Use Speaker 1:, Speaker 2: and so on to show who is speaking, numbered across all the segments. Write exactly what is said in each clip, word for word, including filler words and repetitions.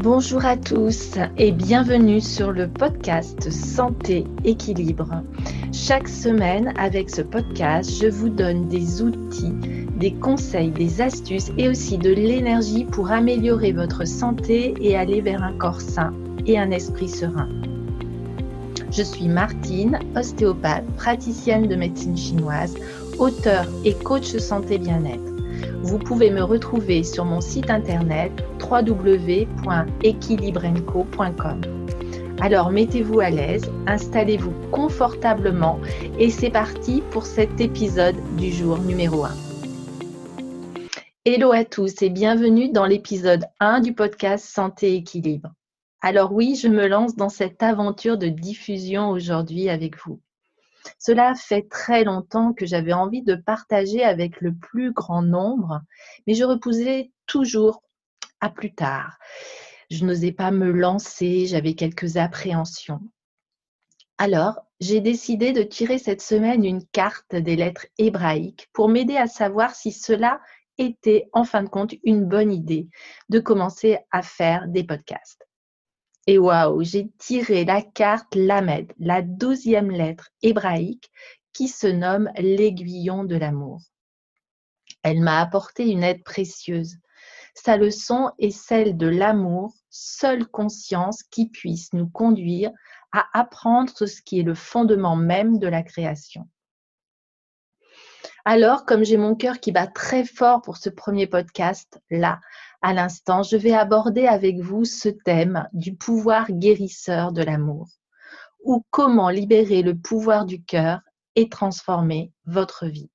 Speaker 1: Bonjour à tous et bienvenue sur le podcast Santé Équilibre. Chaque semaine, avec ce podcast, je vous donne des outils, des conseils, des astuces et aussi de l'énergie pour améliorer votre santé et aller vers un corps sain et un esprit serein. Je suis Martine, ostéopathe, praticienne de médecine chinoise, auteure et coach santé bien-être. Vous pouvez me retrouver sur mon site internet w w w point equilibrenco point com. Alors mettez-vous à l'aise, installez-vous confortablement et c'est parti pour cet épisode du jour numéro un. Hello à tous et bienvenue dans l'épisode un du podcast Santé Équilibre. Alors oui, je me lance dans cette aventure de diffusion aujourd'hui avec vous. Cela fait très longtemps que j'avais envie de partager avec le plus grand nombre, mais je repoussais toujours à plus tard. Je n'osais pas me lancer, j'avais quelques appréhensions. Alors, j'ai décidé de tirer cette semaine une carte des lettres hébraïques pour m'aider à savoir si cela était en fin de compte une bonne idée de commencer à faire des podcasts. Et waouh, j'ai tiré la carte Lamed, la douzième lettre hébraïque qui se nomme l'aiguillon de l'amour. Elle m'a apporté une aide précieuse. Sa leçon est celle de l'amour, seule conscience qui puisse nous conduire à apprendre ce qui est le fondement même de la création. Alors, comme j'ai mon cœur qui bat très fort pour ce premier podcast, là, à l'instant, je vais aborder avec vous ce thème du pouvoir guérisseur de l'amour, ou comment libérer le pouvoir du cœur et transformer votre vie.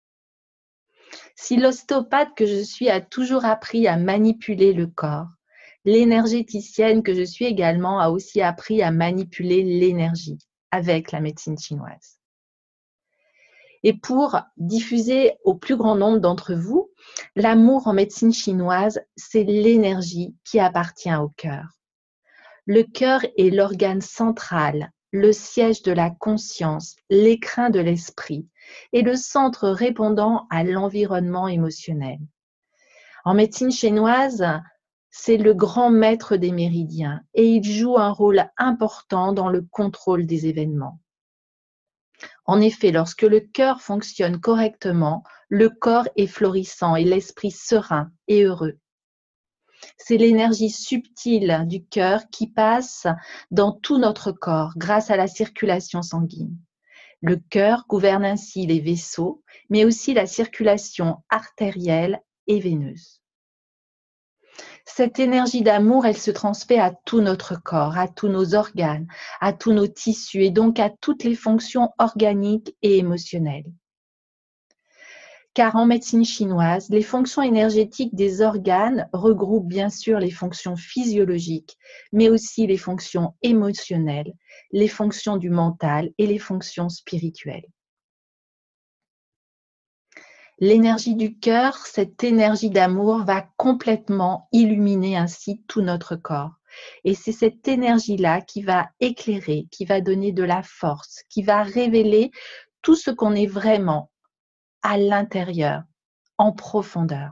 Speaker 1: Si l'ostéopathe que je suis a toujours appris à manipuler le corps, l'énergéticienne que je suis également a aussi appris à manipuler l'énergie avec la médecine chinoise. Et pour diffuser au plus grand nombre d'entre vous, l'amour en médecine chinoise, c'est l'énergie qui appartient au cœur. Le cœur est l'organe central, le siège de la conscience, l'écrin de l'esprit et le centre répondant à l'environnement émotionnel. En médecine chinoise, c'est le grand maître des méridiens et il joue un rôle important dans le contrôle des événements. En effet, lorsque le cœur fonctionne correctement, le corps est florissant et l'esprit serein et heureux. C'est l'énergie subtile du cœur qui passe dans tout notre corps grâce à la circulation sanguine. Le cœur gouverne ainsi les vaisseaux, mais aussi la circulation artérielle et veineuse. Cette énergie d'amour, elle se transmet à tout notre corps, à tous nos organes, à tous nos tissus et donc à toutes les fonctions organiques et émotionnelles. Car en médecine chinoise, les fonctions énergétiques des organes regroupent bien sûr les fonctions physiologiques, mais aussi les fonctions émotionnelles, les fonctions du mental et les fonctions spirituelles. L'énergie du cœur, cette énergie d'amour va complètement illuminer ainsi tout notre corps. Et c'est cette énergie-là qui va éclairer, qui va donner de la force, qui va révéler tout ce qu'on est vraiment à l'intérieur, en profondeur.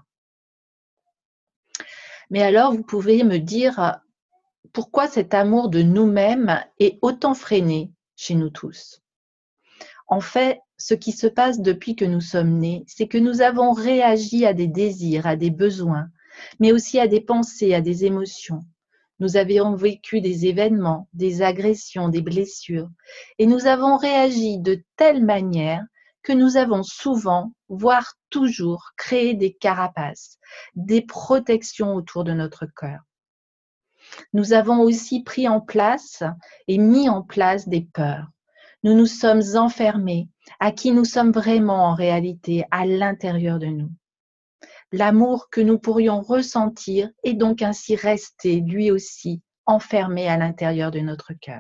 Speaker 1: Mais alors, vous pouvez me dire pourquoi cet amour de nous-mêmes est autant freiné chez nous tous. En fait, ce qui se passe depuis que nous sommes nés, c'est que nous avons réagi à des désirs, à des besoins, mais aussi à des pensées, à des émotions. Nous avions vécu des événements, des agressions, des blessures, et nous avons réagi de telle manière que nous avons souvent, voire toujours, créé des carapaces, des protections autour de notre cœur. Nous avons aussi pris en place et mis en place des peurs. Nous nous sommes enfermés à qui nous sommes vraiment en réalité à l'intérieur de nous. L'amour que nous pourrions ressentir est donc ainsi resté lui aussi enfermé à l'intérieur de notre cœur.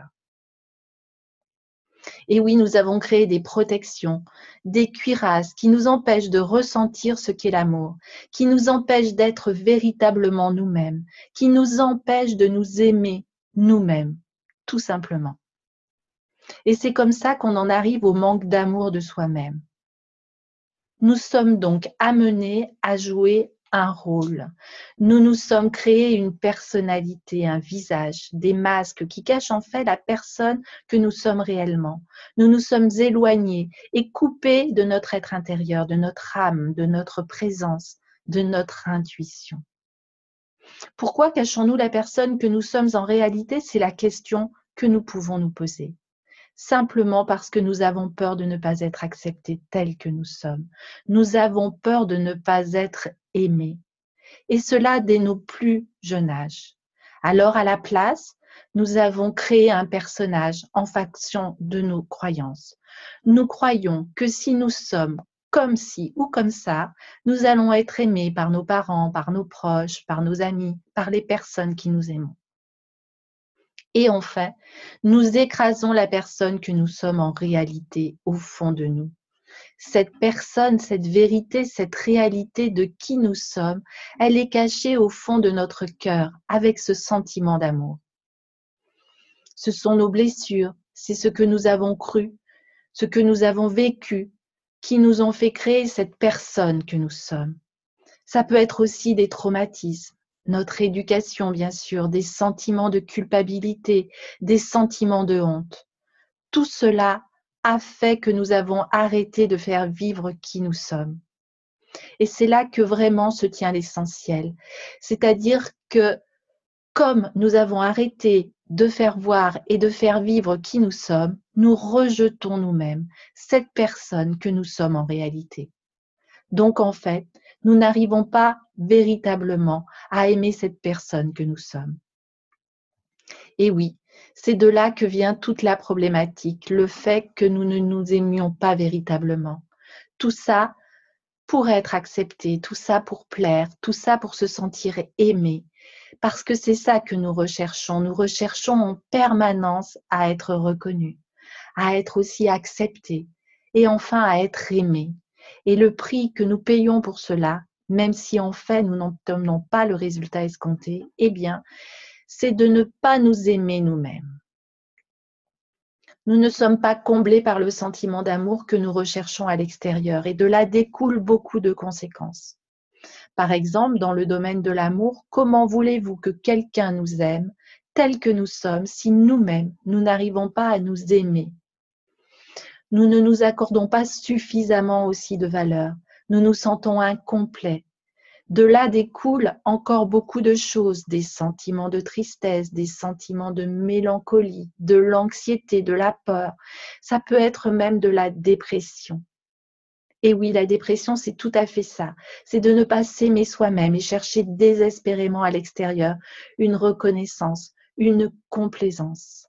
Speaker 1: Et oui, nous avons créé des protections, des cuirasses qui nous empêchent de ressentir ce qu'est l'amour, qui nous empêchent d'être véritablement nous-mêmes, qui nous empêchent de nous aimer nous-mêmes, tout simplement. Et c'est comme ça qu'on en arrive au manque d'amour de soi-même. Nous sommes donc amenés à jouer un rôle. Nous nous sommes créés une personnalité, un visage, des masques qui cachent en fait la personne que nous sommes réellement. Nous nous sommes éloignés et coupés de notre être intérieur, de notre âme, de notre présence, de notre intuition. Pourquoi cachons-nous la personne que nous sommes en réalité? C'est la question que nous pouvons nous poser. Simplement parce que nous avons peur de ne pas être acceptés tels que nous sommes. Nous avons peur de ne pas être aimés. Et cela dès nos plus jeunes âges. Alors, à la place, nous avons créé un personnage en fonction de nos croyances. Nous croyons que si nous sommes comme ci ou comme ça, nous allons être aimés par nos parents, par nos proches, par nos amis, par les personnes qui nous aimons. Et enfin, nous écrasons la personne que nous sommes en réalité au fond de nous. Cette personne, cette vérité, cette réalité de qui nous sommes, elle est cachée au fond de notre cœur avec ce sentiment d'amour. Ce sont nos blessures, c'est ce que nous avons cru, ce que nous avons vécu, qui nous ont fait créer cette personne que nous sommes. Ça peut être aussi des traumatismes, notre éducation bien sûr, des sentiments de culpabilité, des sentiments de honte. Tout cela a fait que nous avons arrêté de faire vivre qui nous sommes. Et c'est là que vraiment se tient l'essentiel. C'est-à-dire que comme nous avons arrêté de faire voir et de faire vivre qui nous sommes, nous rejetons nous-mêmes cette personne que nous sommes en réalité. Donc en fait, nous n'arrivons pas véritablement à aimer cette personne que nous sommes. Et oui, c'est de là que vient toute la problématique, le fait que nous ne nous aimions pas véritablement. Tout ça pour être accepté, tout ça pour plaire, tout ça pour se sentir aimé. Parce que c'est ça que nous recherchons. Nous recherchons en permanence à être reconnus, à être aussi acceptés et enfin à être aimés. Et le prix que nous payons pour cela, même si en fait nous n'obtenons pas le résultat escompté, eh bien, c'est de ne pas nous aimer nous-mêmes. Nous ne sommes pas comblés par le sentiment d'amour que nous recherchons à l'extérieur et de là découlent beaucoup de conséquences. Par exemple, dans le domaine de l'amour, comment voulez-vous que quelqu'un nous aime tel que nous sommes si nous-mêmes, nous n'arrivons pas à nous aimer? Nous ne nous accordons pas suffisamment aussi de valeur. Nous nous sentons incomplets. De là découlent encore beaucoup de choses, des sentiments de tristesse, des sentiments de mélancolie, de l'anxiété, de la peur. Ça peut être même de la dépression. Et oui, la dépression, c'est tout à fait ça. C'est de ne pas s'aimer soi-même et chercher désespérément à l'extérieur une reconnaissance, une complaisance.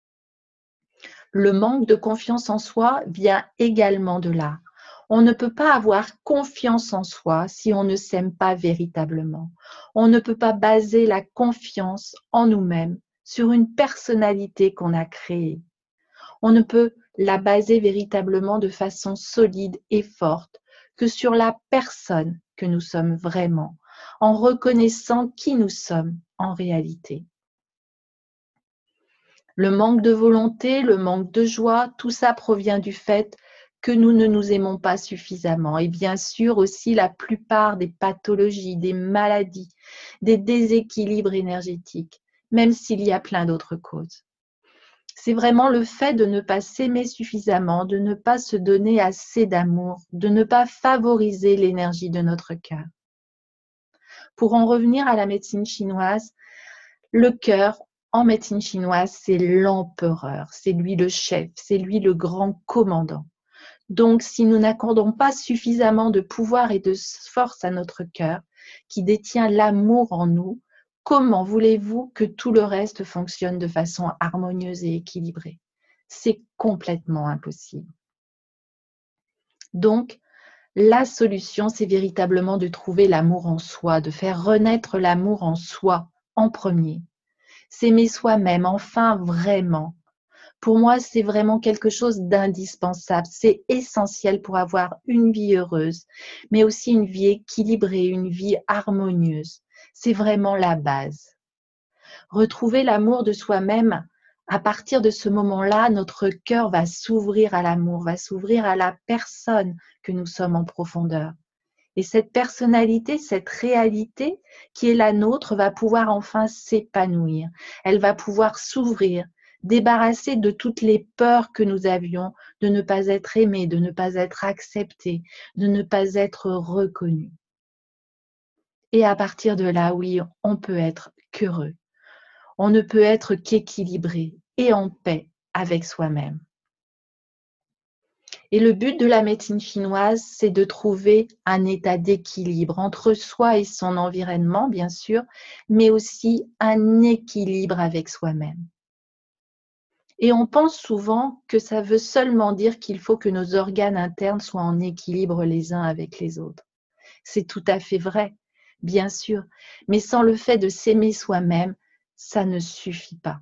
Speaker 1: Le manque de confiance en soi vient également de là. On ne peut pas avoir confiance en soi si on ne s'aime pas véritablement. On ne peut pas baser la confiance en nous-mêmes sur une personnalité qu'on a créée. On ne peut la baser véritablement de façon solide et forte que sur la personne que nous sommes vraiment, en reconnaissant qui nous sommes en réalité. Le manque de volonté, le manque de joie, tout ça provient du fait que nous ne nous aimons pas suffisamment. Et bien sûr aussi la plupart des pathologies, des maladies, des déséquilibres énergétiques, même s'il y a plein d'autres causes. C'est vraiment le fait de ne pas s'aimer suffisamment, de ne pas se donner assez d'amour, de ne pas favoriser l'énergie de notre cœur. Pour en revenir à la médecine chinoise, le cœur, en médecine chinoise, c'est l'empereur, c'est lui le chef, c'est lui le grand commandant. Donc, si nous n'accordons pas suffisamment de pouvoir et de force à notre cœur, qui détient l'amour en nous, comment voulez-vous que tout le reste fonctionne de façon harmonieuse et équilibrée? C'est complètement impossible. Donc, la solution, c'est véritablement de trouver l'amour en soi, de faire renaître l'amour en soi en premier. S'aimer soi-même, enfin vraiment. Pour moi, c'est vraiment quelque chose d'indispensable. C'est essentiel pour avoir une vie heureuse, mais aussi une vie équilibrée, une vie harmonieuse. C'est vraiment la base. Retrouver l'amour de soi-même, à partir de ce moment-là, notre cœur va s'ouvrir à l'amour, va s'ouvrir à la personne que nous sommes en profondeur. Et cette personnalité, cette réalité qui est la nôtre va pouvoir enfin s'épanouir. Elle va pouvoir s'ouvrir, débarrasser de toutes les peurs que nous avions de ne pas être aimé, de ne pas être accepté, de ne pas être reconnu. Et à partir de là, oui, on peut être qu'heureux. On ne peut être qu'équilibré et en paix avec soi-même. Et le but de la médecine chinoise, c'est de trouver un état d'équilibre entre soi et son environnement, bien sûr, mais aussi un équilibre avec soi-même. Et on pense souvent que ça veut seulement dire qu'il faut que nos organes internes soient en équilibre les uns avec les autres. C'est tout à fait vrai, bien sûr, mais sans le fait de s'aimer soi-même, ça ne suffit pas.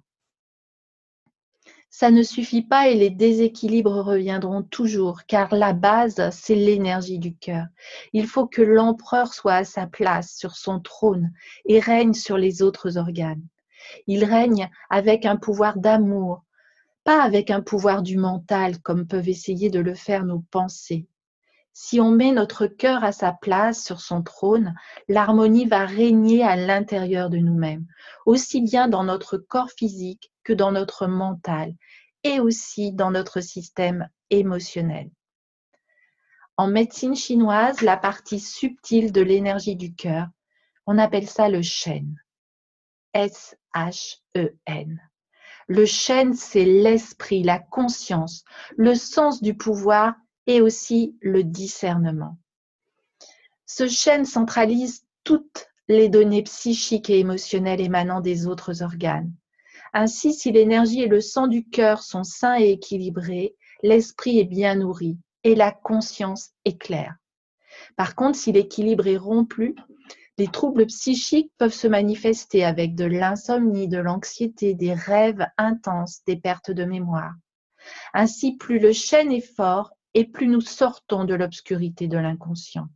Speaker 1: Ça ne suffit pas et les déséquilibres reviendront toujours, car la base, c'est l'énergie du cœur. Il faut que l'empereur soit à sa place, sur son trône, et règne sur les autres organes. Il règne avec un pouvoir d'amour, pas avec un pouvoir du mental, comme peuvent essayer de le faire nos pensées. Si on met notre cœur à sa place sur son trône, l'harmonie va régner à l'intérieur de nous-mêmes, aussi bien dans notre corps physique que dans notre mental et aussi dans notre système émotionnel. En médecine chinoise, la partie subtile de l'énergie du cœur, on appelle ça le Shen. S H E N. Le Shen, c'est l'esprit, la conscience, le sens du pouvoir et aussi le discernement. Ce Shen centralise toutes les données psychiques et émotionnelles émanant des autres organes. Ainsi, si l'énergie et le sang du cœur sont sains et équilibrés, l'esprit est bien nourri et la conscience est claire. Par contre, si l'équilibre est rompu, les troubles psychiques peuvent se manifester avec de l'insomnie, de l'anxiété, des rêves intenses, des pertes de mémoire. Ainsi, plus le Shen est fort et plus nous sortons de l'obscurité de l'inconscient.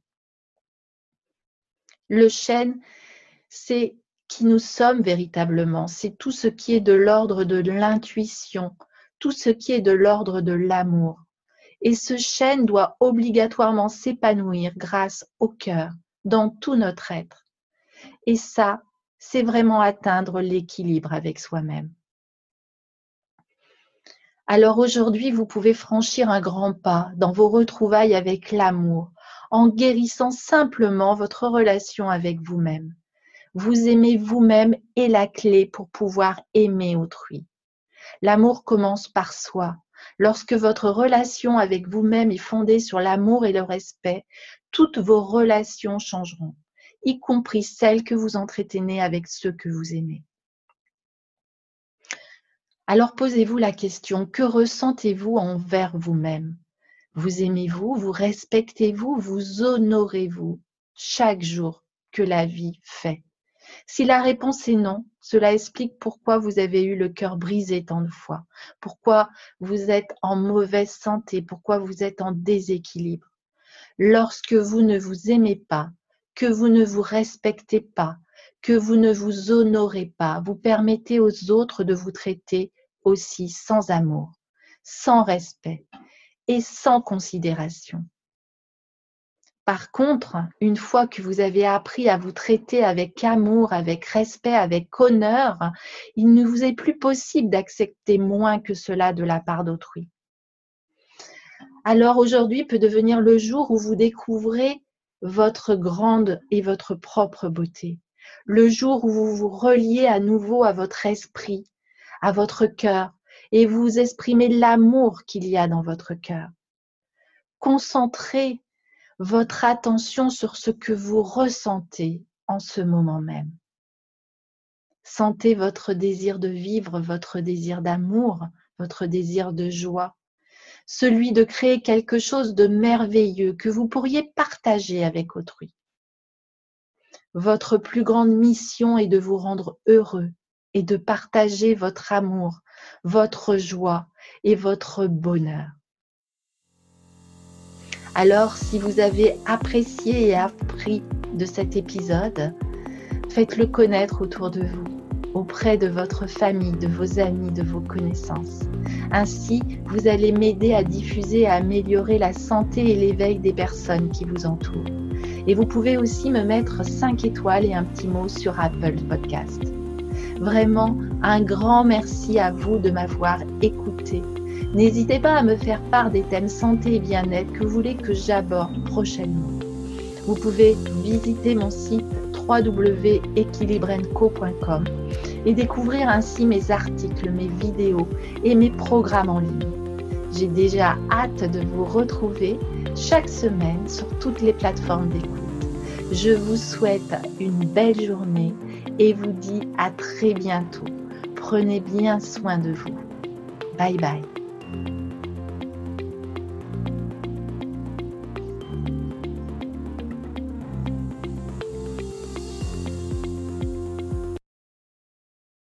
Speaker 1: Le Shen, c'est qui nous sommes véritablement, c'est tout ce qui est de l'ordre de l'intuition, tout ce qui est de l'ordre de l'amour. Et ce Shen doit obligatoirement s'épanouir grâce au cœur, dans tout notre être. Et ça, c'est vraiment atteindre l'équilibre avec soi-même. Alors aujourd'hui, vous pouvez franchir un grand pas dans vos retrouvailles avec l'amour, en guérissant simplement votre relation avec vous-même. Vous aimez vous-même est la clé pour pouvoir aimer autrui. L'amour commence par soi. Lorsque votre relation avec vous-même est fondée sur l'amour et le respect, toutes vos relations changeront, y compris celles que vous entretenez avec ceux que vous aimez. Alors posez-vous la question, que ressentez-vous envers vous-même? Vous aimez-vous, vous respectez-vous, vous honorez-vous chaque jour que la vie fait? Si la réponse est non, cela explique pourquoi vous avez eu le cœur brisé tant de fois, pourquoi vous êtes en mauvaise santé, pourquoi vous êtes en déséquilibre. Lorsque vous ne vous aimez pas, que vous ne vous respectez pas, que vous ne vous honorez pas, vous permettez aux autres de vous traiter aussi sans amour, sans respect et sans considération. Par contre, une fois que vous avez appris à vous traiter avec amour, avec respect, avec honneur, il ne vous est plus possible d'accepter moins que cela de la part d'autrui. Alors aujourd'hui peut devenir le jour où vous découvrez votre grande et votre propre beauté. Le jour où vous vous reliez à nouveau à votre esprit, à votre cœur, et vous exprimez l'amour qu'il y a dans votre cœur. Concentrez votre attention sur ce que vous ressentez en ce moment même. Sentez votre désir de vivre, votre désir d'amour, votre désir de joie, celui de créer quelque chose de merveilleux que vous pourriez partager avec autrui. Votre plus grande mission est de vous rendre heureux et de partager votre amour, votre joie et votre bonheur. Alors, si vous avez apprécié et appris de cet épisode, faites-le connaître autour de vous, auprès de votre famille, de vos amis, de vos connaissances. Ainsi, vous allez m'aider à diffuser et à améliorer la santé et l'éveil des personnes qui vous entourent. Et vous pouvez aussi me mettre cinq étoiles et un petit mot sur Apple Podcast. Vraiment, un grand merci à vous de m'avoir écouté. N'hésitez pas à me faire part des thèmes santé et bien-être que vous voulez que j'aborde prochainement. Vous pouvez visiter mon site w w w point equilibre and co point com et découvrir ainsi mes articles, mes vidéos et mes programmes en ligne. J'ai déjà hâte de vous retrouver chaque semaine sur toutes les plateformes d'écoute. Je vous souhaite une belle journée et vous dis à très bientôt. Prenez bien soin de vous. Bye bye.